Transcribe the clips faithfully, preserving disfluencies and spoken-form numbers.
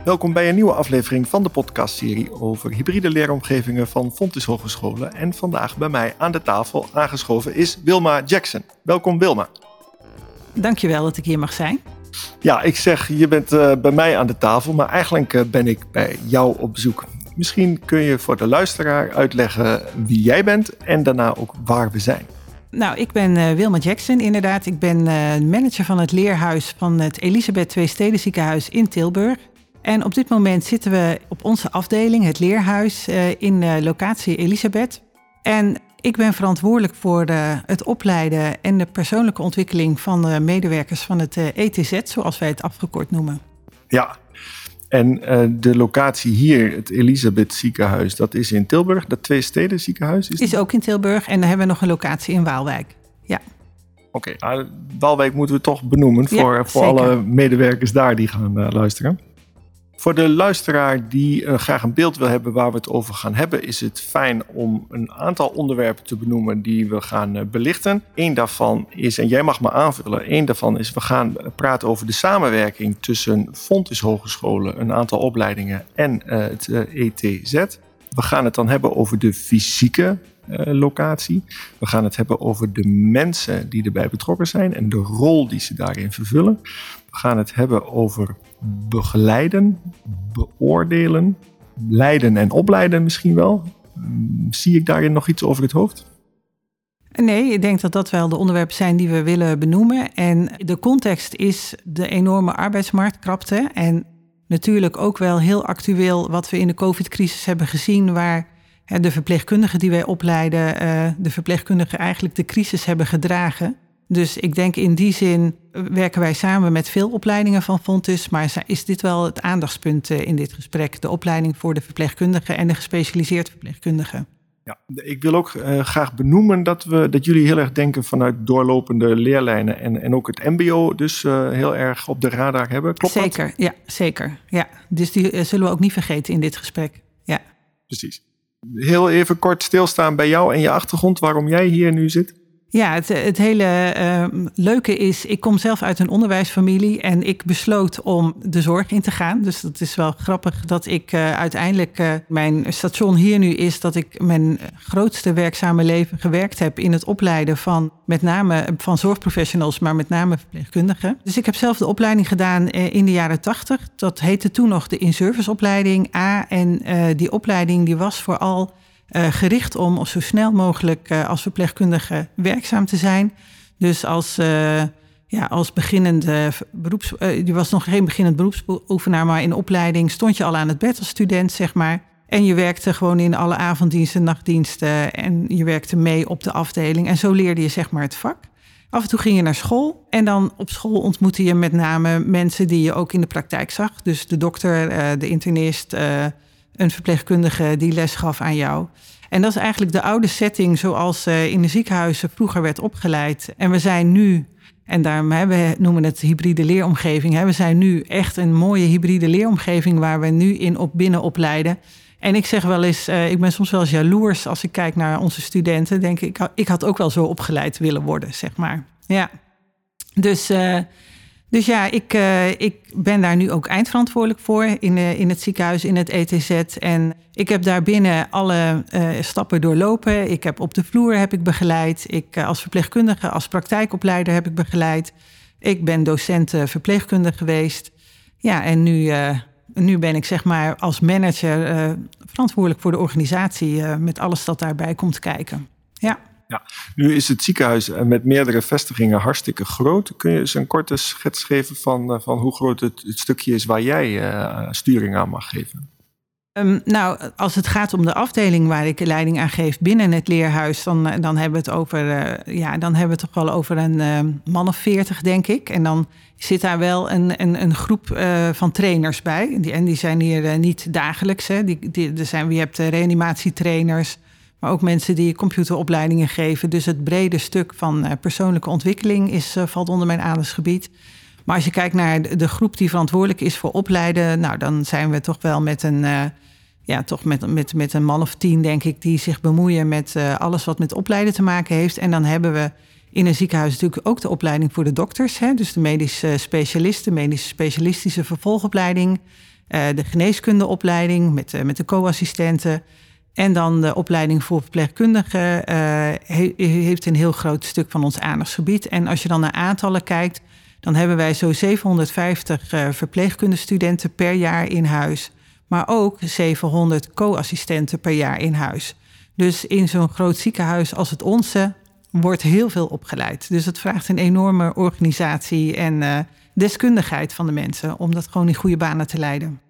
Welkom bij een nieuwe aflevering van de podcastserie over hybride leeromgevingen van Fontys Hogescholen. En vandaag bij mij aan de tafel aangeschoven is Wilma Jackson. Welkom Wilma. Dankjewel dat ik hier mag zijn. Ja, ik zeg je bent uh, bij mij aan de tafel, maar eigenlijk uh, ben ik bij jou op bezoek. Misschien kun je voor de luisteraar uitleggen wie jij bent en daarna ook waar we zijn. Nou, ik ben uh, Wilma Jackson inderdaad. Ik ben uh, manager van het leerhuis van het Elisabeth Tweesteden Ziekenhuis in Tilburg. En op dit moment zitten we op onze afdeling, het leerhuis, uh, in uh, locatie Elisabeth. En ik ben verantwoordelijk voor uh, het opleiden en de persoonlijke ontwikkeling van de medewerkers van het uh, E T Z, zoals wij het afgekort noemen. Ja, en uh, de locatie hier, het Elisabeth Ziekenhuis, dat is in Tilburg. Dat Tweesteden Ziekenhuis is, is ook in Tilburg en dan hebben we nog een locatie in Waalwijk. Ja. Oké, okay, uh, Waalwijk moeten we toch benoemen voor, ja, voor alle medewerkers daar die gaan uh, luisteren. Voor de luisteraar die uh, graag een beeld wil hebben waar we het over gaan hebben, is het fijn om een aantal onderwerpen te benoemen die we gaan uh, belichten. Eén daarvan is, en jij mag me aanvullen, één daarvan is we gaan praten over de samenwerking tussen Fontys Hogescholen, een aantal opleidingen en uh, het uh, E T Z. We gaan het dan hebben over de fysieke uh, locatie. We gaan het hebben over de mensen die erbij betrokken zijn en de rol die ze daarin vervullen. We gaan het hebben over begeleiden, beoordelen, leiden en opleiden misschien wel. Zie ik daarin nog iets over het hoofd? Nee, ik denk dat dat wel de onderwerpen zijn die we willen benoemen. En de context is de enorme arbeidsmarktkrapte. En natuurlijk ook wel heel actueel wat we in de COVID-crisis hebben gezien, waar de verpleegkundigen die wij opleiden, de verpleegkundigen eigenlijk de crisis hebben gedragen. Dus ik denk in die zin werken wij samen met veel opleidingen van Fontys, maar is dit wel het aandachtspunt in dit gesprek, de opleiding voor de verpleegkundigen en de gespecialiseerde verpleegkundigen. Ja, ik wil ook uh, graag benoemen dat, we, dat jullie heel erg denken vanuit doorlopende leerlijnen en, en ook het mbo dus uh, heel erg op de radar hebben. Klopt dat? Zeker, ja, zeker. Ja. Dus die uh, zullen we ook niet vergeten in dit gesprek. Ja. Precies. Heel even kort stilstaan bij jou en je achtergrond, waarom jij hier nu zit. Ja, het, het hele uh, leuke is, ik kom zelf uit een onderwijsfamilie en ik besloot om de zorg in te gaan. Dus dat is wel grappig dat ik uh, uiteindelijk, uh, mijn station hier nu is dat ik mijn grootste werkzame leven gewerkt heb in het opleiden van met name van zorgprofessionals, maar met name verpleegkundigen. Dus ik heb zelf de opleiding gedaan uh, in de jaren tachtig. Dat heette toen nog de in-service-opleiding A en uh, die opleiding die was vooral Uh, gericht om zo snel mogelijk uh, als verpleegkundige werkzaam te zijn. Dus als, uh, ja, als beginnende beroeps... Uh, je was nog geen beginnend beroepsoefenaar, maar in de opleiding stond je al aan het bed als student, zeg maar. En je werkte gewoon in alle avonddiensten, nachtdiensten en je werkte mee op de afdeling. En zo leerde je zeg maar het vak. Af en toe ging je naar school en dan op school ontmoette je met name mensen die je ook in de praktijk zag. Dus de dokter, uh, de internist, Uh, een verpleegkundige die les gaf aan jou. En dat is eigenlijk de oude setting zoals uh, in de ziekenhuizen vroeger werd opgeleid. En we zijn nu, en daarom hè, we noemen het hybride leeromgeving. Hè, we zijn nu echt een mooie hybride leeromgeving waar we nu in op binnen opleiden. En ik zeg wel eens, uh, ik ben soms wel eens jaloers als ik kijk naar onze studenten. Denk ik, ik had ook wel zo opgeleid willen worden, zeg maar. Ja, dus Uh, Dus ja, ik, uh, ik ben daar nu ook eindverantwoordelijk voor in, uh, in het ziekenhuis, in het E T Z. En ik heb daar binnen alle uh, stappen doorlopen. Ik heb op de vloer heb ik begeleid. Ik uh, als verpleegkundige, als praktijkopleider heb ik begeleid. Ik ben docent uh, verpleegkundige geweest. Ja, en nu, uh, nu ben ik zeg maar als manager uh, verantwoordelijk voor de organisatie uh, met alles dat daarbij komt kijken. Ja. Ja, nu is het ziekenhuis met meerdere vestigingen hartstikke groot. Kun je eens een korte schets geven van, van hoe groot het, het stukje is waar jij uh, sturing aan mag geven? Um, nou, als het gaat om de afdeling waar ik leiding aan geef binnen het leerhuis, dan, dan hebben we het over, uh, ja, dan hebben we het toch wel over een uh, man of veertig, denk ik. En dan zit daar wel een, een, een groep uh, van trainers bij. Die, en die zijn hier uh, niet dagelijks. Hè. Die, die, er zijn, je hebt uh, reanimatietrainers, maar ook mensen die computeropleidingen geven. Dus het brede stuk van uh, persoonlijke ontwikkeling is, uh, valt onder mijn aandachtsgebied. Maar als je kijkt naar de, de groep die verantwoordelijk is voor opleiden, nou, dan zijn we toch wel met een, uh, ja, toch met, met, met een man of tien, denk ik, die zich bemoeien met uh, alles wat met opleiden te maken heeft. En dan hebben we in een ziekenhuis natuurlijk ook de opleiding voor de dokters. Hè? Dus de medische specialisten, medische specialistische vervolgopleiding. Uh, de geneeskundeopleiding met, uh, met de co-assistenten. En dan de opleiding voor verpleegkundigen uh, he, heeft een heel groot stuk van ons aandachtsgebied. En als je dan naar aantallen kijkt, dan hebben wij zo'n zevenhonderdvijftig uh, verpleegkundestudenten per jaar in huis. Maar ook zevenhonderd co-assistenten per jaar in huis. Dus in zo'n groot ziekenhuis als het onze wordt heel veel opgeleid. Dus het vraagt een enorme organisatie en uh, deskundigheid van de mensen om dat gewoon in goede banen te leiden.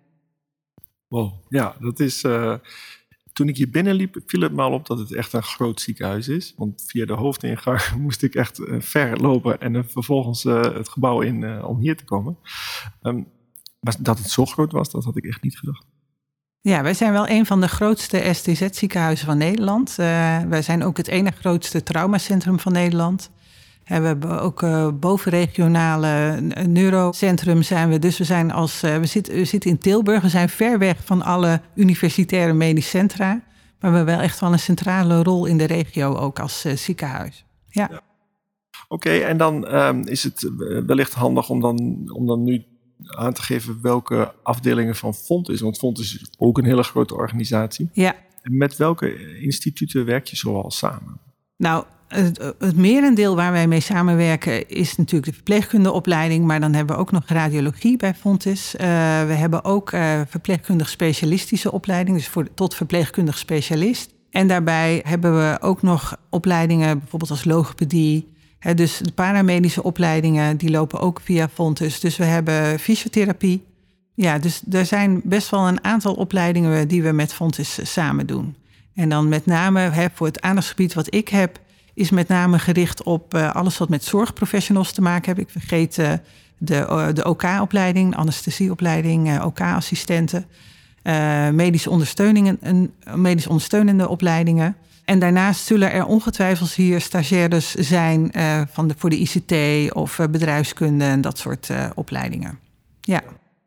Wow, ja, dat is... Uh, toen ik hier binnenliep, viel het me al op dat het echt een groot ziekenhuis is. Want via de hoofdingang moest ik echt uh, ver lopen en uh, vervolgens uh, het gebouw in uh, om hier te komen. Um, maar dat het zo groot was, dat had ik echt niet gedacht. Ja, wij zijn wel een van de grootste S T Z-ziekenhuizen van Nederland. Uh, wij zijn ook het ene grootste traumacentrum van Nederland. Uh, we hebben ook uh, bovenregionale neurocentrum zijn we. Dus we zijn als uh, we, zitten, we zitten in Tilburg. We zijn ver weg van alle universitaire medisch centra. Maar we hebben wel echt wel een centrale rol in de regio ook als uh, ziekenhuis. Ja. ja. Oké, okay, en dan um, is het wellicht handig om dan, om dan nu aan te geven welke afdelingen van Fontis, want Fontis is ook een hele grote organisatie. Ja. En met welke instituten werk je zoal samen? Nou, het, het merendeel waar wij mee samenwerken is natuurlijk de verpleegkundeopleiding, maar dan hebben we ook nog radiologie bij Fontis. Uh, we hebben ook uh, verpleegkundig specialistische opleiding, dus voor, tot verpleegkundig specialist. En daarbij hebben we ook nog opleidingen, bijvoorbeeld als logopedie. He, dus de paramedische opleidingen, die lopen ook via Fontis. Dus we hebben fysiotherapie. Ja, dus er zijn best wel een aantal opleidingen die we met Fontis samen doen. En dan met name he, voor het aandachtsgebied wat ik heb, is met name gericht op uh, alles wat met zorgprofessionals te maken heeft. Ik vergeet uh, de, uh, de O K-opleiding, anesthesieopleiding, uh, O K-assistenten, uh, medische ondersteuningen, uh, medisch ondersteunende opleidingen. En daarnaast zullen er ongetwijfeld hier stagiaires zijn uh, van de, voor de I C T of uh, bedrijfskunde en dat soort uh, opleidingen. Ja,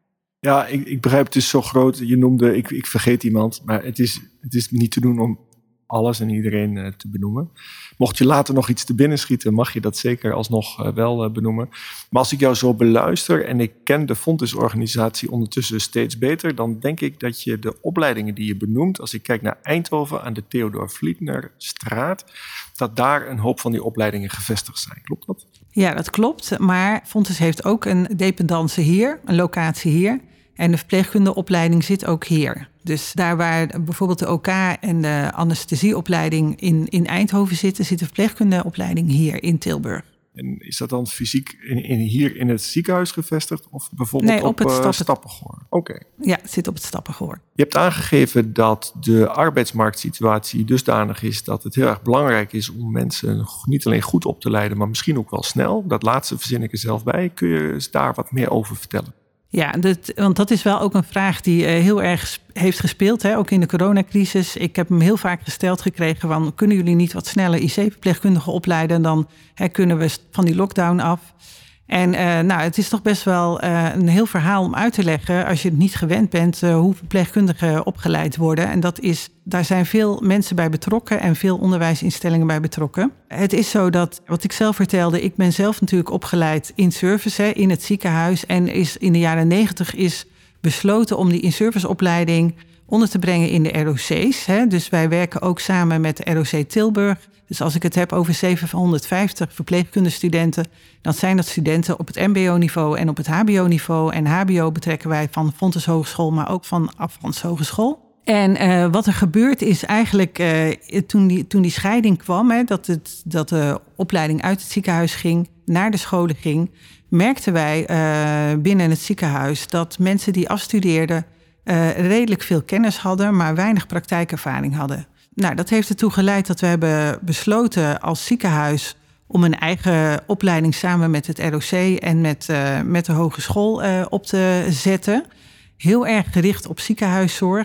ja ik, ik begrijp het is zo groot. Je noemde, ik, ik vergeet iemand, maar het is, het is niet te doen om alles en iedereen uh, te benoemen. Mocht je later nog iets te binnen schieten, mag je dat zeker alsnog uh, wel uh, benoemen. Maar als ik jou zo beluister en ik ken de Fontis-organisatie ondertussen steeds beter, dan denk ik dat je de opleidingen die je benoemt, als ik kijk naar Eindhoven aan de Theodor Vlietnerstraat, dat daar een hoop van die opleidingen gevestigd zijn. Klopt dat? Ja, dat klopt. Maar Fontis heeft ook een dependance hier, een locatie hier. En de verpleegkundeopleiding zit ook hier. Dus daar waar bijvoorbeeld de O K en de anesthesieopleiding in, in Eindhoven zitten, zit de verpleegkundeopleiding hier in Tilburg. En is dat dan fysiek in, in, hier in het ziekenhuis gevestigd of bijvoorbeeld nee, op, op het uh, stappen... Stappengoor? Oké. Okay. Ja, het zit op het Stappengoor. Je hebt aangegeven dat de arbeidsmarktsituatie dusdanig is dat het heel erg belangrijk is om mensen niet alleen goed op te leiden, maar misschien ook wel snel. Dat laatste verzin ik er zelf bij. Kun je eens daar wat meer over vertellen? Ja, dat, want dat is wel ook een vraag die uh, heel erg heeft gespeeld, hè, ook in de coronacrisis. Ik heb hem heel vaak gesteld gekregen van, kunnen jullie niet wat sneller I C-verpleegkundigen opleiden? Dan hè, kunnen we van die lockdown af. En uh, nou, het is toch best wel uh, een heel verhaal om uit te leggen, als je het niet gewend bent, uh, hoe verpleegkundigen opgeleid worden. En dat is, daar zijn veel mensen bij betrokken en veel onderwijsinstellingen bij betrokken. Het is zo dat, wat ik zelf vertelde, ik ben zelf natuurlijk opgeleid in service, hè, in het ziekenhuis. En is in de jaren negentig is besloten om die in-serviceopleiding onder te brengen in de R O C's. Hè. Dus wij werken ook samen met de R O C Tilburg. Dus als ik het heb over zevenhonderdvijftig verpleegkundestudenten, dan zijn dat studenten op het M B O-niveau en op het H B O-niveau. En H B O betrekken wij van Fontis Hogeschool, maar ook van Afrans Hogeschool. En uh, wat er gebeurt is eigenlijk, uh, toen, die, toen die scheiding kwam, hè, dat, het, dat de opleiding uit het ziekenhuis ging, naar de scholen ging, merkten wij uh, binnen het ziekenhuis dat mensen die afstudeerden uh, redelijk veel kennis hadden, maar weinig praktijkervaring hadden. Nou, dat heeft ertoe geleid dat we hebben besloten als ziekenhuis om een eigen opleiding samen met het R O C en met, uh, met de hogeschool uh, op te zetten. Heel erg gericht op ziekenhuiszorg.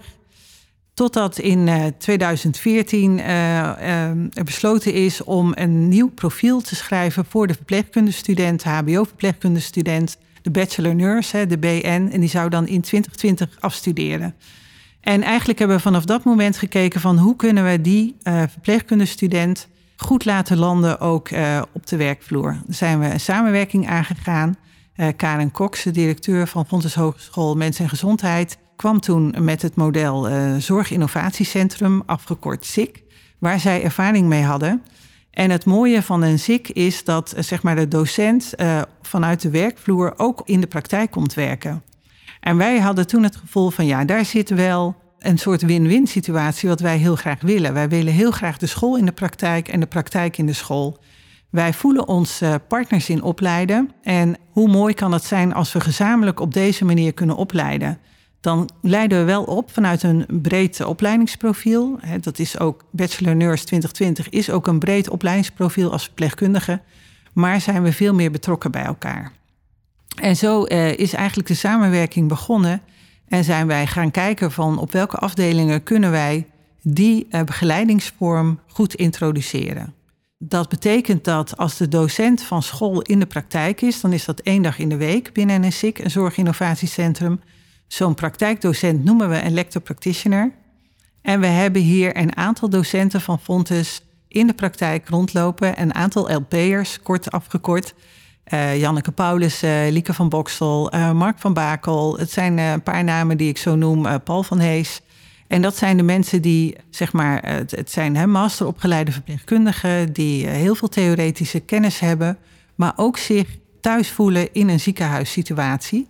Totdat in uh, tweeduizend veertien uh, uh, er besloten is om een nieuw profiel te schrijven voor de verpleegkundestudent, H B O-verpleegkundestudent, de bachelor nurse, de B N. En die zou dan in twintig twintig afstuderen. En eigenlijk hebben we vanaf dat moment gekeken van hoe kunnen we die uh, verpleegkundestudent goed laten landen ook uh, op de werkvloer. Daar zijn we een samenwerking aangegaan. Uh, Karen Cox, de directeur van Fontis Hogeschool Mens en Gezondheid, kwam toen met het model uh, Zorginnovatiecentrum, afgekort Z I C, waar zij ervaring mee hadden. En het mooie van een Z I C is dat uh, zeg maar de docent uh, vanuit de werkvloer ook in de praktijk komt werken. En wij hadden toen het gevoel van ja, daar zit wel een soort win-win situatie wat wij heel graag willen. Wij willen heel graag de school in de praktijk en de praktijk in de school. Wij voelen ons uh, partners in opleiden. En hoe mooi kan het zijn als we gezamenlijk op deze manier kunnen opleiden? Dan leiden we wel op vanuit een breed opleidingsprofiel. He, dat is ook Bachelor Nurse twintig twintig is ook een breed opleidingsprofiel als verpleegkundige. Maar zijn we veel meer betrokken bij elkaar. En zo uh, is eigenlijk de samenwerking begonnen. En zijn wij gaan kijken van op welke afdelingen kunnen wij die uh, begeleidingsvorm goed introduceren. Dat betekent dat als de docent van school in de praktijk is, dan is dat één dag in de week binnen een Z I C, een zorginnovatiecentrum. Zo'n praktijkdocent noemen we een lector practitioner. En we hebben hier een aantal docenten van Fontes in de praktijk rondlopen. Een aantal L P'ers, kort afgekort. Uh, Janneke Paulus, uh, Lieke van Bokstel, uh, Mark van Bakel. Het zijn uh, een paar namen die ik zo noem, uh, Paul van Hees. En dat zijn de mensen die, zeg maar, uh, het, het zijn hè, masteropgeleide verpleegkundigen die uh, heel veel theoretische kennis hebben, maar ook zich thuis voelen in een ziekenhuissituatie.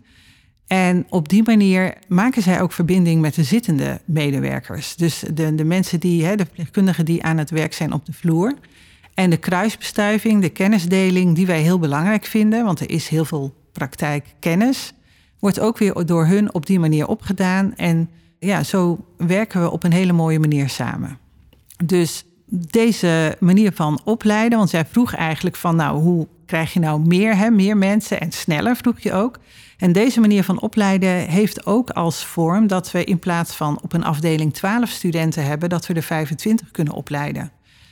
En op die manier maken zij ook verbinding met de zittende medewerkers. Dus de, de mensen die, hè, de verpleegkundigen die aan het werk zijn op de vloer. En de kruisbestuiving, de kennisdeling die wij heel belangrijk vinden, want er is heel veel praktijkkennis, wordt ook weer door hun op die manier opgedaan. En ja, zo werken we op een hele mooie manier samen. Dus deze manier van opleiden, want jij vroeg eigenlijk van nou, hoe krijg je nou meer, hè, meer mensen en sneller vroeg je ook. En deze manier van opleiden heeft ook als vorm dat we in plaats van op een afdeling twaalf studenten hebben, dat we er vijfentwintig kunnen opleiden.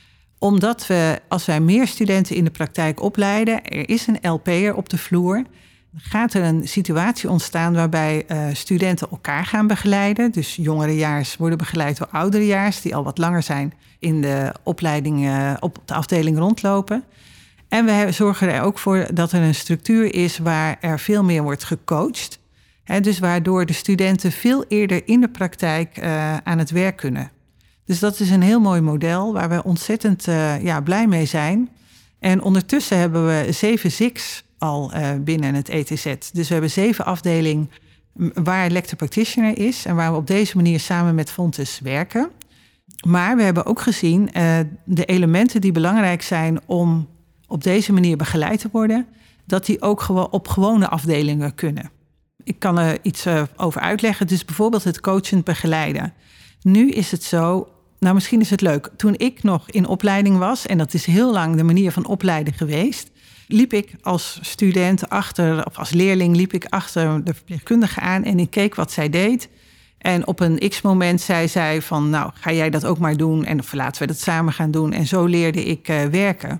Omdat we, als wij meer studenten in de praktijk opleiden, er is een L P'er op de vloer, gaat er een situatie ontstaan waarbij uh, studenten elkaar gaan begeleiden. Dus jongerejaars worden begeleid door ouderejaars die al wat langer zijn in de opleiding uh, op de afdeling rondlopen. En we zorgen er ook voor dat er een structuur is waar er veel meer wordt gecoacht. Hè, dus waardoor de studenten veel eerder in de praktijk uh, aan het werk kunnen. Dus dat is een heel mooi model waar we ontzettend uh, ja, blij mee zijn. En ondertussen hebben we zeven Z I C's al uh, binnen het E T Z. Dus we hebben zeven afdelingen waar lector practitioner is en waar we op deze manier samen met Fontes werken. Maar we hebben ook gezien uh, de elementen die belangrijk zijn om op deze manier begeleid te worden, dat die ook gewoon op gewone afdelingen kunnen. Ik kan er iets uh, over uitleggen. Dus bijvoorbeeld het coachend begeleiden. Nu is het zo, nou misschien is het leuk. Toen ik nog in opleiding was, en dat is heel lang de manier van opleiden geweest, liep ik als student achter, of als leerling liep ik achter de verpleegkundige aan en ik keek wat zij deed. En op een x-moment zei zij van, nou, ga jij dat ook maar doen en of laten we dat samen gaan doen. En zo leerde ik uh, werken.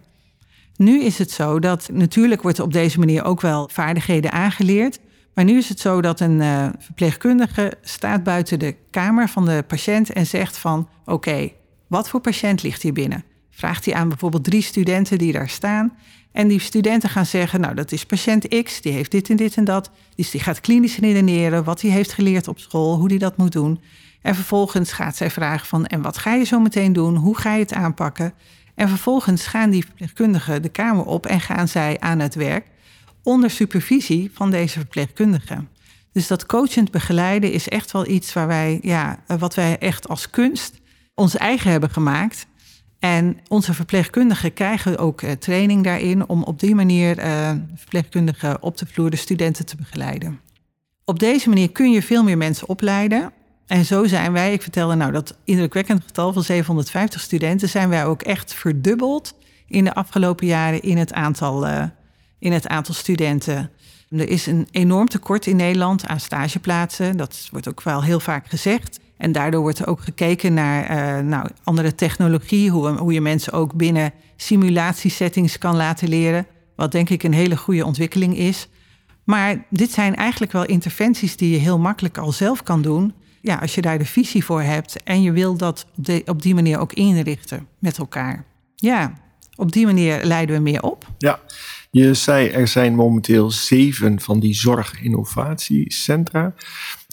Nu is het zo dat, natuurlijk wordt op deze manier ook wel vaardigheden aangeleerd. Maar nu is het zo dat een uh, verpleegkundige staat buiten de kamer van de patiënt en zegt van, oké, okay, wat voor patiënt ligt hier binnen? Vraagt hij aan bijvoorbeeld drie studenten die daar staan. En die studenten gaan zeggen, nou, dat is patiënt X, die heeft dit en dit en dat. Dus die gaat klinisch redeneren, wat hij heeft geleerd op school, hoe hij dat moet doen. En vervolgens gaat zij vragen van, en wat ga je zo meteen doen? Hoe ga je het aanpakken? En vervolgens gaan die verpleegkundigen de kamer op en gaan zij aan het werk onder supervisie van deze verpleegkundigen. Dus dat coachend begeleiden is echt wel iets waar wij, ja, wat wij echt als kunst ons eigen hebben gemaakt. En onze verpleegkundigen krijgen ook uh, training daarin om op die manier uh, verpleegkundigen op de vloer de studenten te begeleiden. Op deze manier kun je veel meer mensen opleiden. En zo zijn wij, ik vertelde nou dat indrukwekkend getal van zevenhonderdvijftig studenten, zijn wij ook echt verdubbeld in de afgelopen jaren in het aantal, uh, in het aantal studenten. Er is een enorm tekort in Nederland aan stageplaatsen. Dat wordt ook wel heel vaak gezegd. En daardoor wordt er ook gekeken naar uh, nou, andere technologie, hoe, hoe je mensen ook binnen simulatiesettings kan laten leren. Wat denk ik een hele goede ontwikkeling is. Maar dit zijn eigenlijk wel interventies die je heel makkelijk al zelf kan doen. Ja, als je daar de visie voor hebt en je wil dat op, de, op die manier ook inrichten met elkaar. Ja, op die manier leiden we meer op. Ja, je zei er zijn momenteel zeven van die zorginnovatiecentra.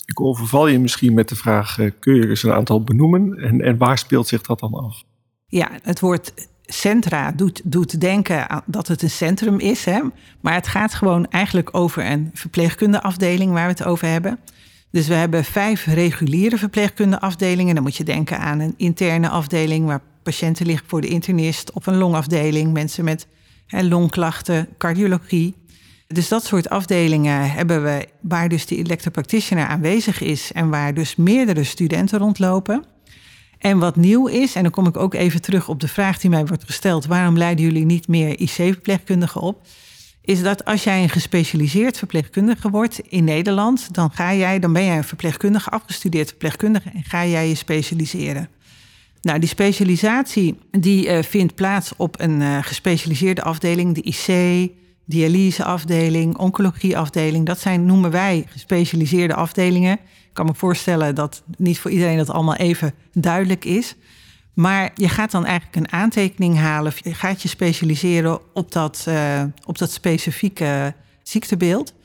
Ik overval je misschien met de vraag, uh, kun je eens een aantal benoemen? En, en waar speelt zich dat dan af? Ja, het woord centra doet, doet denken aan dat het een centrum is. Hè? Maar het gaat gewoon eigenlijk over een verpleegkundeafdeling waar we het over hebben. Dus we hebben vijf reguliere verpleegkundeafdelingen. Dan moet je denken aan een interne afdeling waar patiënten liggen voor de internist. Of een longafdeling, mensen met hè, longklachten, cardiologie. Dus dat soort afdelingen hebben we waar dus de elektropractitioner aanwezig is en waar dus meerdere studenten rondlopen. En wat nieuw is, en dan kom ik ook even terug op de vraag die mij wordt gesteld, waarom leiden jullie niet meer I C-verpleegkundigen op? Is dat als jij een gespecialiseerd verpleegkundige wordt in Nederland, dan ga jij, dan ben jij een verpleegkundige, afgestudeerd verpleegkundige en ga jij je specialiseren. Nou, die specialisatie die uh, vindt plaats op een uh, gespecialiseerde afdeling, de I C, dialyseafdeling, oncologieafdeling. Dat zijn, noemen wij, gespecialiseerde afdelingen. Ik kan me voorstellen dat niet voor iedereen dat allemaal even duidelijk is. Maar je gaat dan eigenlijk een aantekening halen. Je gaat je specialiseren op dat, uh, op dat specifieke ziektebeeld.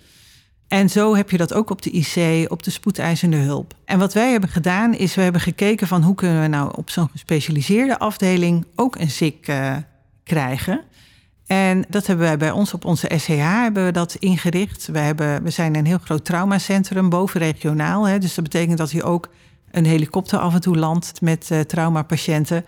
En zo heb je dat ook op de I C, op de spoedeisende hulp. En wat wij hebben gedaan is, we hebben gekeken van hoe kunnen we nou op zo'n gespecialiseerde afdeling ook een Z I C uh, krijgen. En dat hebben wij bij ons op onze S C H hebben we dat ingericht. We, hebben, we zijn een heel groot traumacentrum, bovenregionaal. Hè, dus dat betekent dat hier ook een helikopter af en toe landt met uh, traumapatiënten.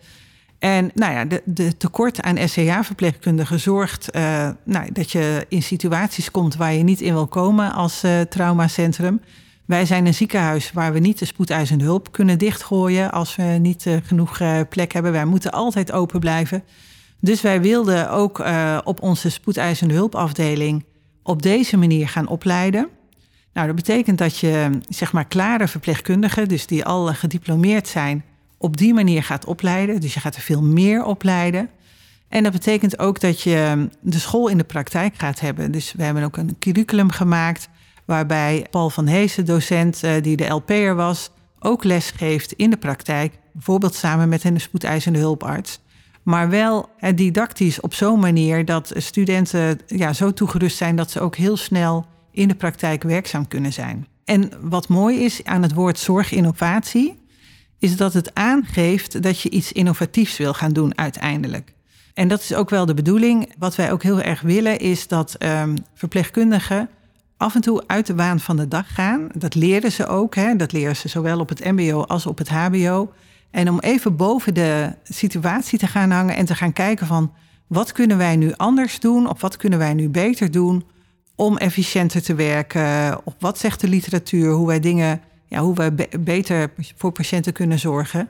En nou ja, de, de tekort aan S C H-verpleegkundigen zorgt uh, nou, dat je in situaties komt waar je niet in wil komen als uh, traumacentrum. Wij zijn een ziekenhuis waar we niet de spoedeisende hulp kunnen dichtgooien als we niet uh, genoeg uh, plek hebben. Wij moeten altijd open blijven. Dus wij wilden ook uh, op onze spoedeisende hulpafdeling op deze manier gaan opleiden. Nou, dat betekent dat je, zeg maar, klare verpleegkundigen, dus die al gediplomeerd zijn, op die manier gaat opleiden. Dus je gaat er veel meer opleiden. En dat betekent ook dat je de school in de praktijk gaat hebben. Dus we hebben ook een curriculum gemaakt waarbij Paul van Heesen, docent uh, die de L P'er was, ook les geeft in de praktijk. Bijvoorbeeld samen met een spoedeisende hulparts. Maar wel uh, didactisch op zo'n manier dat studenten ja, zo toegerust zijn dat ze ook heel snel in de praktijk werkzaam kunnen zijn. En wat mooi is aan het woord zorginnovatie, is dat het aangeeft dat je iets innovatiefs wil gaan doen uiteindelijk. En dat is ook wel de bedoeling. Wat wij ook heel erg willen is dat um, verpleegkundigen af en toe uit de waan van de dag gaan. Dat leren ze ook. Hè? Dat leren ze zowel op het mbo als op het hbo. En om even boven de situatie te gaan hangen en te gaan kijken van wat kunnen wij nu anders doen of wat kunnen wij nu beter doen om efficiënter te werken. Of wat zegt de literatuur, hoe wij dingen, ja, hoe wij be- beter voor patiënten kunnen zorgen.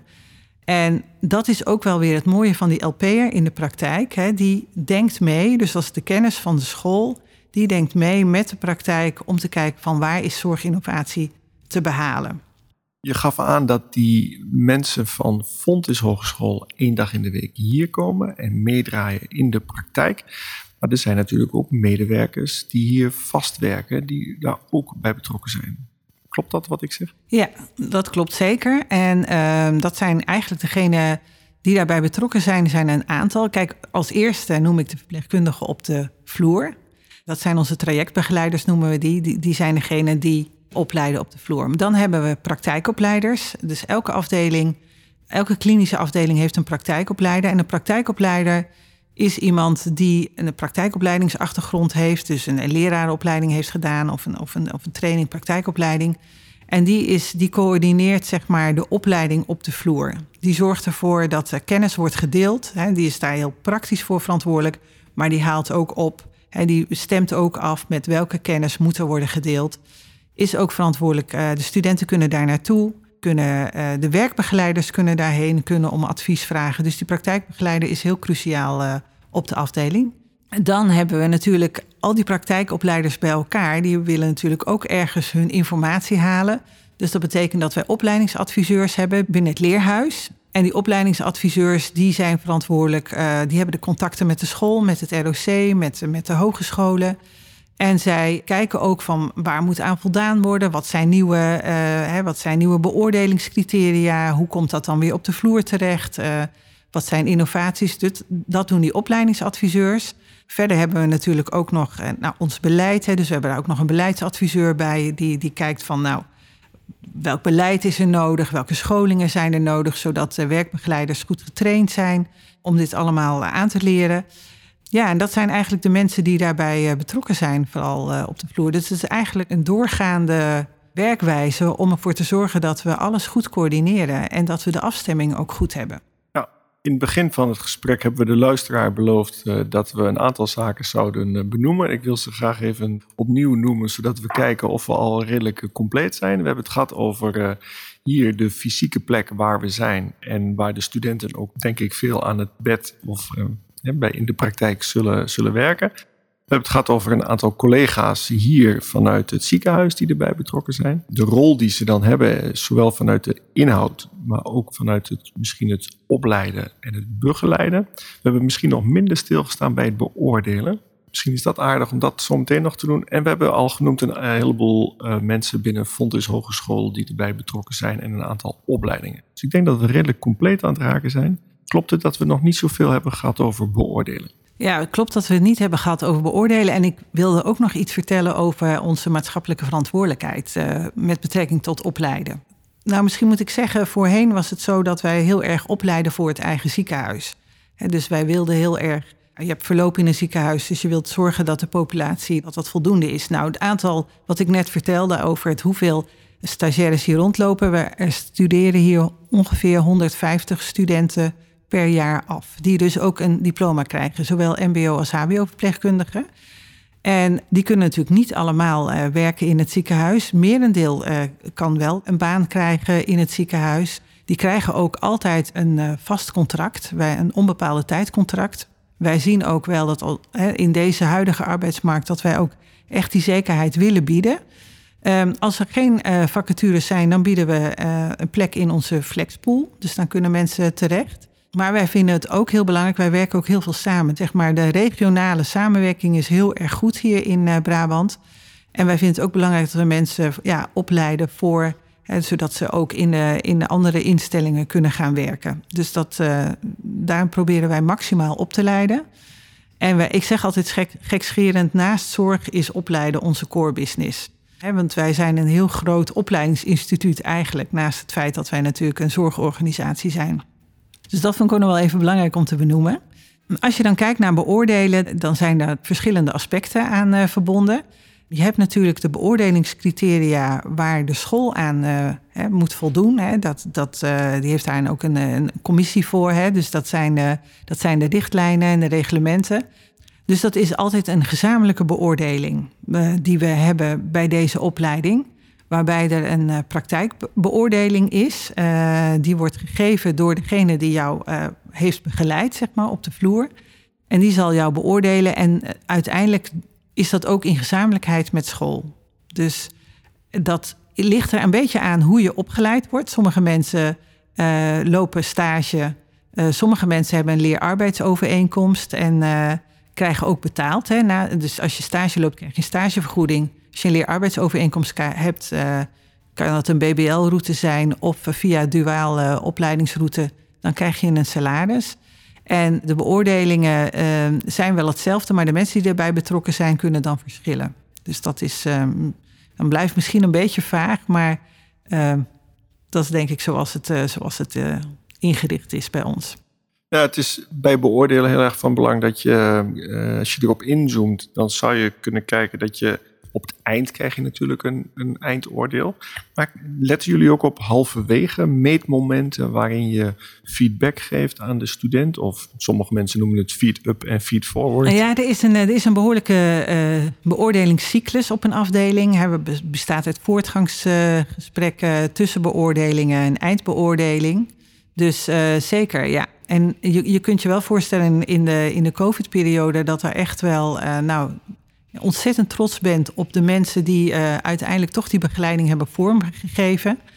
En dat is ook wel weer het mooie van die L P'er in de praktijk. Hè. Die denkt mee, dus dat is de kennis van de school, die denkt mee met de praktijk om te kijken van waar is zorginnovatie te behalen. Je gaf aan dat die mensen van Fontys Hogeschool één dag in de week hier komen en meedraaien in de praktijk. Maar er zijn natuurlijk ook medewerkers die hier vastwerken, die daar ook bij betrokken zijn. Klopt dat wat ik zeg? Ja, dat klopt zeker. En uh, dat zijn eigenlijk degenen die daarbij betrokken zijn, zijn een aantal. Kijk, als eerste noem ik de verpleegkundigen op de vloer. Dat zijn onze trajectbegeleiders, noemen we die. Die, die zijn degenen die opleiden op de vloer. Dan hebben we praktijkopleiders. Dus elke afdeling, elke klinische afdeling heeft een praktijkopleider. En een praktijkopleider is iemand die een praktijkopleidingsachtergrond heeft, dus een lerarenopleiding heeft gedaan of een, of een, of een training praktijkopleiding. En die, is, die coördineert zeg maar de opleiding op de vloer. Die zorgt ervoor dat er kennis wordt gedeeld. Hè, die is daar heel praktisch voor verantwoordelijk, maar die haalt ook op. Hè, die stemt ook af met welke kennis moet er worden gedeeld. Is ook verantwoordelijk. Uh, de studenten kunnen daar naartoe. Kunnen, uh, de werkbegeleiders kunnen daarheen, kunnen om advies vragen. Dus die praktijkbegeleider is heel cruciaal uh, op de afdeling. Dan hebben we natuurlijk al die praktijkopleiders bij elkaar. Die willen natuurlijk ook ergens hun informatie halen. Dus dat betekent dat wij opleidingsadviseurs hebben binnen het leerhuis. En die opleidingsadviseurs die zijn verantwoordelijk. Uh, die hebben de contacten met de school, met het R O C, met, met de hogescholen. En zij kijken ook van waar moet aan voldaan worden. Wat zijn nieuwe, uh, hè, wat zijn nieuwe beoordelingscriteria? Hoe komt dat dan weer op de vloer terecht? Uh, wat zijn innovaties? Dat, dat doen die opleidingsadviseurs. Verder hebben we natuurlijk ook nog uh, nou, ons beleid. Hè, dus we hebben daar ook nog een beleidsadviseur bij. Die, die kijkt van nou, welk beleid is er nodig, welke scholingen zijn er nodig, zodat de werkbegeleiders goed getraind zijn om dit allemaal aan te leren. Ja, en dat zijn eigenlijk de mensen die daarbij betrokken zijn, vooral op de vloer. Dus het is eigenlijk een doorgaande werkwijze om ervoor te zorgen dat we alles goed coördineren en dat we de afstemming ook goed hebben. Ja, in het begin van het gesprek hebben we de luisteraar beloofd uh, dat we een aantal zaken zouden uh, benoemen. Ik wil ze graag even opnieuw noemen, zodat we kijken of we al redelijk uh, compleet zijn. We hebben het gehad over uh, hier de fysieke plek waar we zijn en waar de studenten ook, denk ik, veel aan het bed of uh, ja, bij in de praktijk zullen, zullen werken. We hebben het gehad over een aantal collega's hier vanuit het ziekenhuis die erbij betrokken zijn. De rol die ze dan hebben, zowel vanuit de inhoud, maar ook vanuit het, misschien het opleiden en het begeleiden. We hebben misschien nog minder stilgestaan bij het beoordelen. Misschien is dat aardig om dat zo meteen nog te doen. En we hebben al genoemd een heleboel uh, mensen binnen Fontys Hogeschool die erbij betrokken zijn en een aantal opleidingen. Dus ik denk dat we redelijk compleet aan het raken zijn. Klopt het dat we nog niet zoveel hebben gehad over beoordelen? Ja, het klopt dat we het niet hebben gehad over beoordelen. En ik wilde ook nog iets vertellen over onze maatschappelijke verantwoordelijkheid uh, met betrekking tot opleiden. Nou, misschien moet ik zeggen, voorheen was het zo dat wij heel erg opleiden voor het eigen ziekenhuis. He, dus wij wilden heel erg, je hebt verloop in een ziekenhuis, dus je wilt zorgen dat de populatie, dat dat voldoende is. Nou, het aantal wat ik net vertelde over het hoeveel stagiaires hier rondlopen, we studeren hier ongeveer honderdvijftig studenten per jaar af, die dus ook een diploma krijgen, zowel mbo als hbo-verpleegkundigen. En die kunnen natuurlijk niet allemaal uh, werken in het ziekenhuis. Merendeel uh, kan wel een baan krijgen in het ziekenhuis. Die krijgen ook altijd een uh, vast contract, wij een onbepaalde tijdcontract. Wij zien ook wel dat al, hè, in deze huidige arbeidsmarkt dat wij ook echt die zekerheid willen bieden. Um, als er geen uh, vacatures zijn, dan bieden we uh, een plek in onze flexpool. Dus dan kunnen mensen terecht. Maar wij vinden het ook heel belangrijk, wij werken ook heel veel samen. Zeg maar, de regionale samenwerking is heel erg goed hier in uh, Brabant. En wij vinden het ook belangrijk dat we mensen ja, opleiden voor, hè, zodat ze ook in de, in de andere instellingen kunnen gaan werken. Dus dat, uh, daarom proberen wij maximaal op te leiden. En wij, ik zeg altijd gek, gekscherend, naast zorg is opleiden onze core business. He, want wij zijn een heel groot opleidingsinstituut eigenlijk, naast het feit dat wij natuurlijk een zorgorganisatie zijn. Dus dat vond ik ook nog wel even belangrijk om te benoemen. Als je dan kijkt naar beoordelen, dan zijn er verschillende aspecten aan uh, verbonden. Je hebt natuurlijk de beoordelingscriteria waar de school aan uh, hè, moet voldoen. Hè. Dat, dat, uh, die heeft daar ook een, een commissie voor. Hè. Dus dat zijn, de, dat zijn de richtlijnen en de reglementen. Dus dat is altijd een gezamenlijke beoordeling uh, die we hebben bij deze opleiding. Waarbij er een uh, praktijkbeoordeling is. Uh, die wordt gegeven door degene die jou uh, heeft begeleid, zeg maar, op de vloer. En die zal jou beoordelen. En uh, uiteindelijk is dat ook in gezamenlijkheid met school. Dus dat ligt er een beetje aan hoe je opgeleid wordt. Sommige mensen uh, lopen stage. Uh, sommige mensen hebben een leerarbeidsovereenkomst en uh, krijgen ook betaald. Hè. Na, dus als je stage loopt, krijg je een stagevergoeding. Als je een leerarbeidsovereenkomst hebt, uh, kan dat een B B L-route zijn of via duaal uh, opleidingsroute, dan krijg je een salaris. En de beoordelingen uh, zijn wel hetzelfde, maar de mensen die erbij betrokken zijn, kunnen dan verschillen. Dus dat is, um, dan blijft misschien een beetje vaag, maar uh, dat is denk ik zoals het, uh, zoals het uh, ingericht is bij ons. Ja, het is bij beoordelen heel erg van belang dat je, uh, als je erop inzoomt, dan zou je kunnen kijken dat je op het eind krijg je natuurlijk een, een eindoordeel. Maar letten jullie ook op halverwege meetmomenten waarin je feedback geeft aan de student? Of sommige mensen noemen het feed-up en feed-forward. Ja, er is een, er is een behoorlijke uh, beoordelingscyclus op een afdeling. Hij bestaat uit voortgangsgesprekken, uh, tussenbeoordelingen en eindbeoordeling. Dus uh, zeker, ja. En je, je kunt je wel voorstellen in de, in de COVID-periode dat er echt wel Uh, nou, ontzettend trots bent op de mensen die uh, uiteindelijk toch die begeleiding hebben vormgegeven. Uh,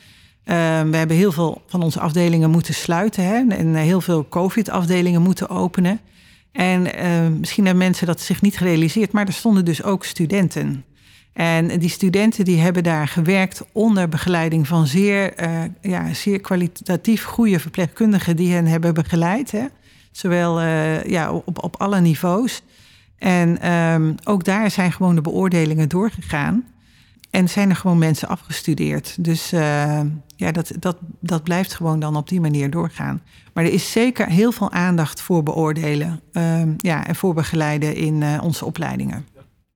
we hebben heel veel van onze afdelingen moeten sluiten, hè, en heel veel COVID-afdelingen moeten openen. En uh, misschien hebben mensen dat zich niet gerealiseerd, maar er stonden dus ook studenten. En die studenten die hebben daar gewerkt onder begeleiding van zeer, uh, ja, zeer kwalitatief goede verpleegkundigen die hen hebben begeleid. Hè. Zowel uh, ja, op, op alle niveaus. En um, ook daar zijn gewoon de beoordelingen doorgegaan. En zijn er gewoon mensen afgestudeerd. Dus uh, ja, dat, dat, dat blijft gewoon dan op die manier doorgaan. Maar er is zeker heel veel aandacht voor beoordelen. Uh, ja, en voor begeleiden in uh, onze opleidingen.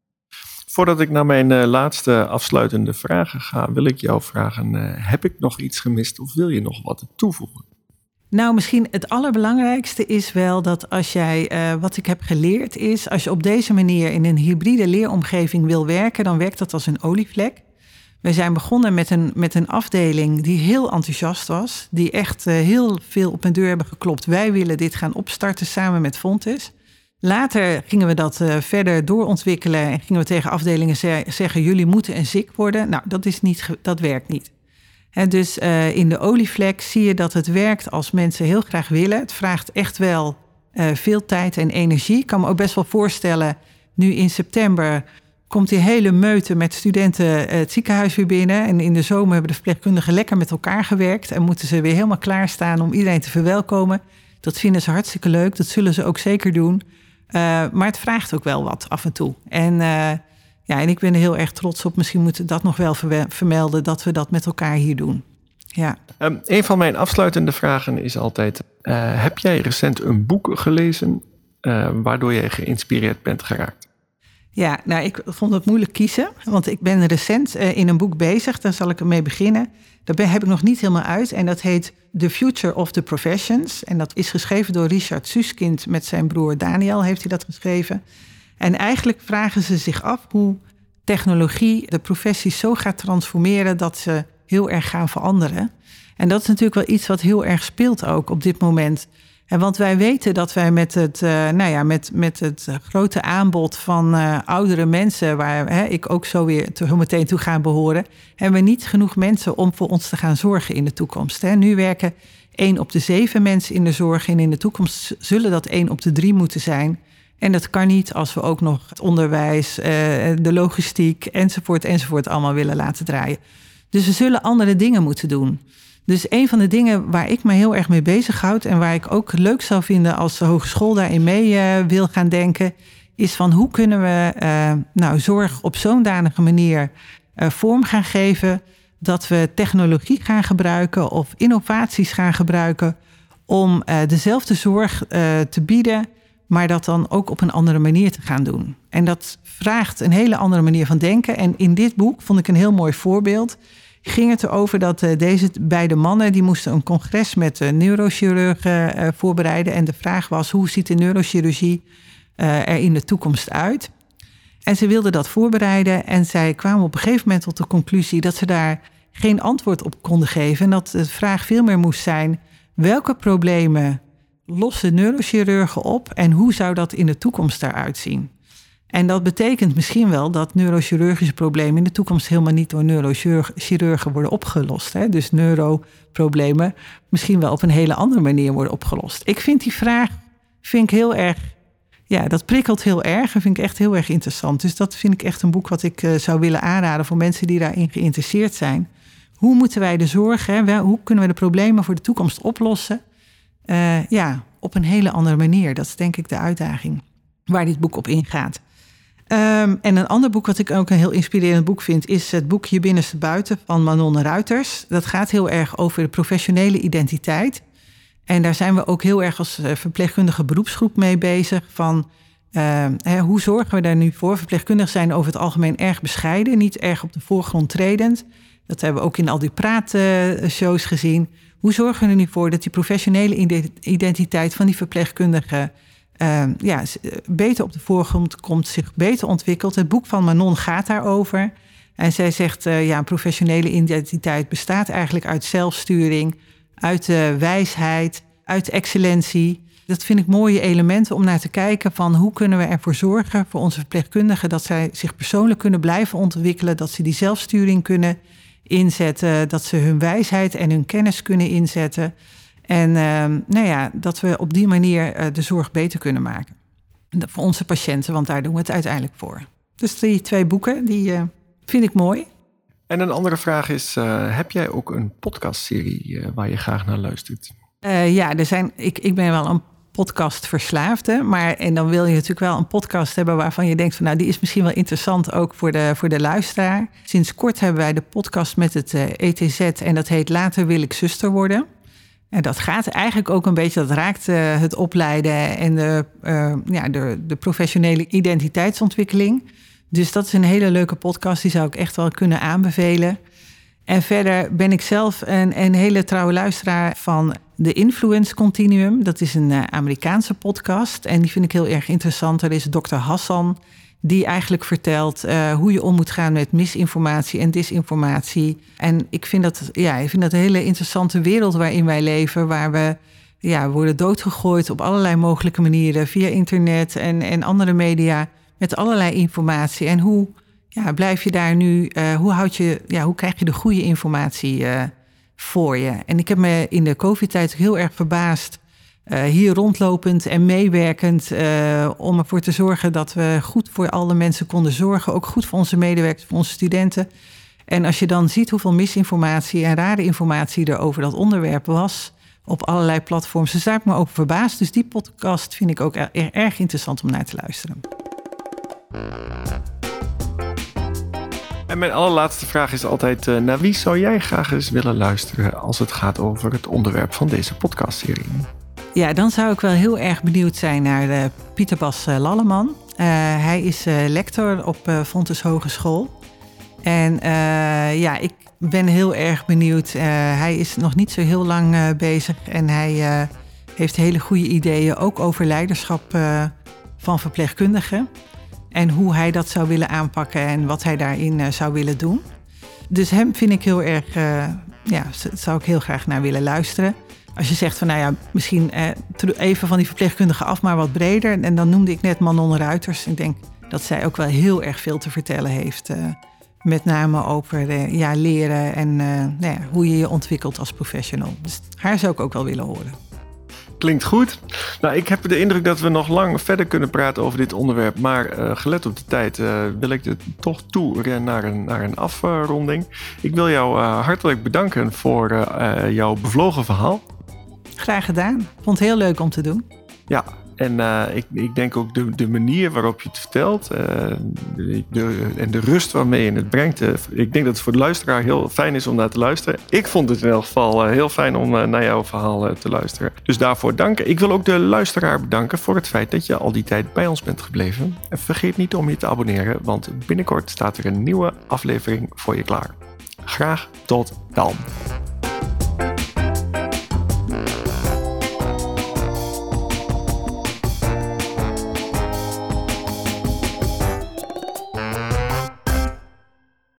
Voordat ik naar mijn uh, laatste afsluitende vragen ga, wil ik jou vragen, uh, heb ik nog iets gemist of wil je nog wat toevoegen? Nou, misschien het allerbelangrijkste is wel dat als jij, uh, wat ik heb geleerd is, als je op deze manier in een hybride leeromgeving wil werken, dan werkt dat als een olievlek. We zijn begonnen met een, met een afdeling die heel enthousiast was, die echt uh, heel veel op mijn deur hebben geklopt. Wij willen dit gaan opstarten samen met Fontes. Later gingen we dat uh, verder doorontwikkelen en gingen we tegen afdelingen ze- zeggen, jullie moeten een Z I C worden. Nou, dat, is niet, dat werkt niet. He, dus uh, in de olievlek zie je dat het werkt als mensen heel graag willen. Het vraagt echt wel uh, veel tijd en energie. Ik kan me ook best wel voorstellen, nu in september komt die hele meute met studenten uh, het ziekenhuis weer binnen. En in de zomer hebben de verpleegkundigen lekker met elkaar gewerkt en moeten ze weer helemaal klaarstaan om iedereen te verwelkomen. Dat vinden ze hartstikke leuk, dat zullen ze ook zeker doen. Uh, maar het vraagt ook wel wat af en toe. En uh, ja, en ik ben er heel erg trots op. Misschien moeten we dat nog wel verwe- vermelden, dat we dat met elkaar hier doen. Ja. Um, een van mijn afsluitende vragen is altijd, uh, heb jij recent een boek gelezen uh, waardoor je geïnspireerd bent geraakt? Ja, nou, ik vond het moeilijk kiezen, want ik ben recent uh, in een boek bezig. Daar zal ik ermee beginnen. Dat ben, heb ik nog niet helemaal uit en dat heet The Future of the Professions. En dat is geschreven door Richard Susskind met zijn broer Daniel, heeft hij dat geschreven. En eigenlijk vragen ze zich af hoe technologie de professies zo gaat transformeren dat ze heel erg gaan veranderen. En dat is natuurlijk wel iets wat heel erg speelt ook op dit moment. En want wij weten dat wij met het, uh, nou ja, met, met het grote aanbod van uh, oudere mensen, waar hè, ik ook zo weer te, meteen toe ga behoren, hebben we niet genoeg mensen om voor ons te gaan zorgen in de toekomst. Hè. Nu werken één op de zeven mensen in de zorg en in de toekomst zullen dat één op de drie moeten zijn. En dat kan niet als we ook nog het onderwijs, uh, de logistiek enzovoort enzovoort allemaal willen laten draaien. Dus we zullen andere dingen moeten doen. Dus een van de dingen waar ik me heel erg mee bezighoud en waar ik ook leuk zou vinden als de hogeschool daarin mee uh, wil gaan denken, is van hoe kunnen we uh, nou, zorg op zo'n danige manier uh, vorm gaan geven dat we technologie gaan gebruiken of innovaties gaan gebruiken om uh, dezelfde zorg uh, te bieden, maar dat dan ook op een andere manier te gaan doen. En dat vraagt een hele andere manier van denken. En in dit boek vond ik een heel mooi voorbeeld. Ging het erover dat uh, deze beide mannen, die moesten een congres met uh, neurochirurgen uh, voorbereiden. En de vraag was, hoe ziet de neurochirurgie uh, er in de toekomst uit? En ze wilden dat voorbereiden en zij kwamen op een gegeven moment tot de conclusie dat ze daar geen antwoord op konden geven. En dat de vraag veel meer moest zijn, welke problemen lossen neurochirurgen op en hoe zou dat in de toekomst daaruit zien? En dat betekent misschien wel dat neurochirurgische problemen in de toekomst helemaal niet door neurochirurgen worden opgelost. Hè? Dus neuroproblemen misschien wel op een hele andere manier worden opgelost. Ik vind die vraag vind ik heel erg, ja, dat prikkelt heel erg en vind ik echt heel erg interessant. Dus dat vind ik echt een boek wat ik uh, zou willen aanraden voor mensen die daarin geïnteresseerd zijn. Hoe moeten wij de zorg, hè, hoe kunnen we de problemen voor de toekomst oplossen? Uh, ja, op een hele andere manier. Dat is denk ik de uitdaging waar dit boek op ingaat. Um, en een ander boek wat ik ook een heel inspirerend boek vind, is het boek Je binnenste buiten van Manon Ruiters. Dat gaat heel erg over de professionele identiteit. En daar zijn we ook heel erg als verpleegkundige beroepsgroep mee bezig. Van uh, hè, hoe zorgen we daar nu voor? Verpleegkundigen zijn over het algemeen erg bescheiden, niet erg op de voorgrond tredend. Dat hebben we ook in al die praatshows gezien. Hoe zorgen we er nu voor dat die professionele identiteit van die verpleegkundigen Uh, ja, beter op de voorgrond komt, zich beter ontwikkelt. Het boek van Manon gaat daarover. En zij zegt, uh, ja, een professionele identiteit bestaat eigenlijk uit zelfsturing, uit uh, wijsheid, uit excellentie. Dat vind ik mooie elementen om naar te kijken van hoe kunnen we ervoor zorgen voor onze verpleegkundigen dat zij zich persoonlijk kunnen blijven ontwikkelen, dat ze die zelfsturing kunnen inzetten, dat ze hun wijsheid en hun kennis kunnen inzetten. En uh, nou ja, dat we op die manier uh, de zorg beter kunnen maken. Voor onze patiënten, want daar doen we het uiteindelijk voor. Dus die twee boeken, die uh, vind ik mooi. En een andere vraag is, uh, heb jij ook een podcastserie uh, waar je graag naar luistert? Uh, ja, er zijn, ik, ik ben wel een podcastverslaafde. Maar en dan wil je natuurlijk wel een podcast hebben waarvan je denkt van nou, die is misschien wel interessant ook voor de, voor de luisteraar. Sinds kort hebben wij de podcast met het uh, E T Z en dat heet Later wil ik zuster worden. En dat gaat eigenlijk ook een beetje, dat raakt uh, het opleiden en de, uh, ja, de, de professionele identiteitsontwikkeling. Dus dat is een hele leuke podcast, die zou ik echt wel kunnen aanbevelen. En verder ben ik zelf een, een hele trouwe luisteraar van de Influence Continuum. Dat is een uh, Amerikaanse podcast en die vind ik heel erg interessant. Er is dokter Hassan, die eigenlijk vertelt uh, hoe je om moet gaan met misinformatie en disinformatie. En ik vind dat, ja, ik vind dat een hele interessante wereld waarin wij leven, waar we ja, worden doodgegooid op allerlei mogelijke manieren via internet en, en andere media met allerlei informatie. En hoe ja, blijf je daar nu, uh, hoe, houd je, ja, hoe krijg je de goede informatie uh, voor je? En ik heb me in de COVID-tijd heel erg verbaasd, Uh, hier rondlopend en meewerkend uh, om ervoor te zorgen dat we goed voor alle mensen konden zorgen. Ook goed voor onze medewerkers, voor onze studenten. En als je dan ziet hoeveel misinformatie en rare informatie er over dat onderwerp was op allerlei platforms, dus daar heb ik me over verbaasd. Dus die podcast vind ik ook er, erg interessant om naar te luisteren. En mijn allerlaatste vraag is altijd, uh, naar wie zou jij graag eens willen luisteren als het gaat over het onderwerp van deze podcastserie? Ja, dan zou ik wel heel erg benieuwd zijn naar uh, Pieter Bas uh, Lalleman. Uh, hij is uh, lector op uh, Fontys Hogeschool. En uh, ja, ik ben heel erg benieuwd. Uh, hij is nog niet zo heel lang uh, bezig en hij uh, heeft hele goede ideeën, ook over leiderschap uh, van verpleegkundigen. En hoe hij dat zou willen aanpakken en wat hij daarin uh, zou willen doen. Dus hem vind ik heel erg, uh, ja, zou ik heel graag naar willen luisteren. Als je zegt van nou ja, misschien eh, even van die verpleegkundigen af, maar wat breder. En dan noemde ik net Manon Ruiters. Ik denk dat zij ook wel heel erg veel te vertellen heeft. Uh, met name over uh, ja, leren en uh, nou ja, hoe je je ontwikkelt als professional. Dus haar zou ik ook wel willen horen. Klinkt goed. Nou, ik heb de indruk dat we nog lang verder kunnen praten over dit onderwerp. Maar uh, gelet op de tijd uh, wil ik het toch toe naar een, naar een afronding. Ik wil jou uh, hartelijk bedanken voor uh, uh, jouw bevlogen verhaal. Graag gedaan. Ik vond het heel leuk om te doen. Ja, en uh, ik, ik denk ook de, de manier waarop je het vertelt uh, de, de, en de rust waarmee je het brengt. Uh, ik denk dat het voor de luisteraar heel fijn is om naar te luisteren. Ik vond het in elk geval uh, heel fijn om uh, naar jouw verhaal uh, te luisteren. Dus daarvoor dank. Ik wil ook de luisteraar bedanken voor het feit dat je al die tijd bij ons bent gebleven. En vergeet niet om je te abonneren, want binnenkort staat er een nieuwe aflevering voor je klaar. Graag tot dan.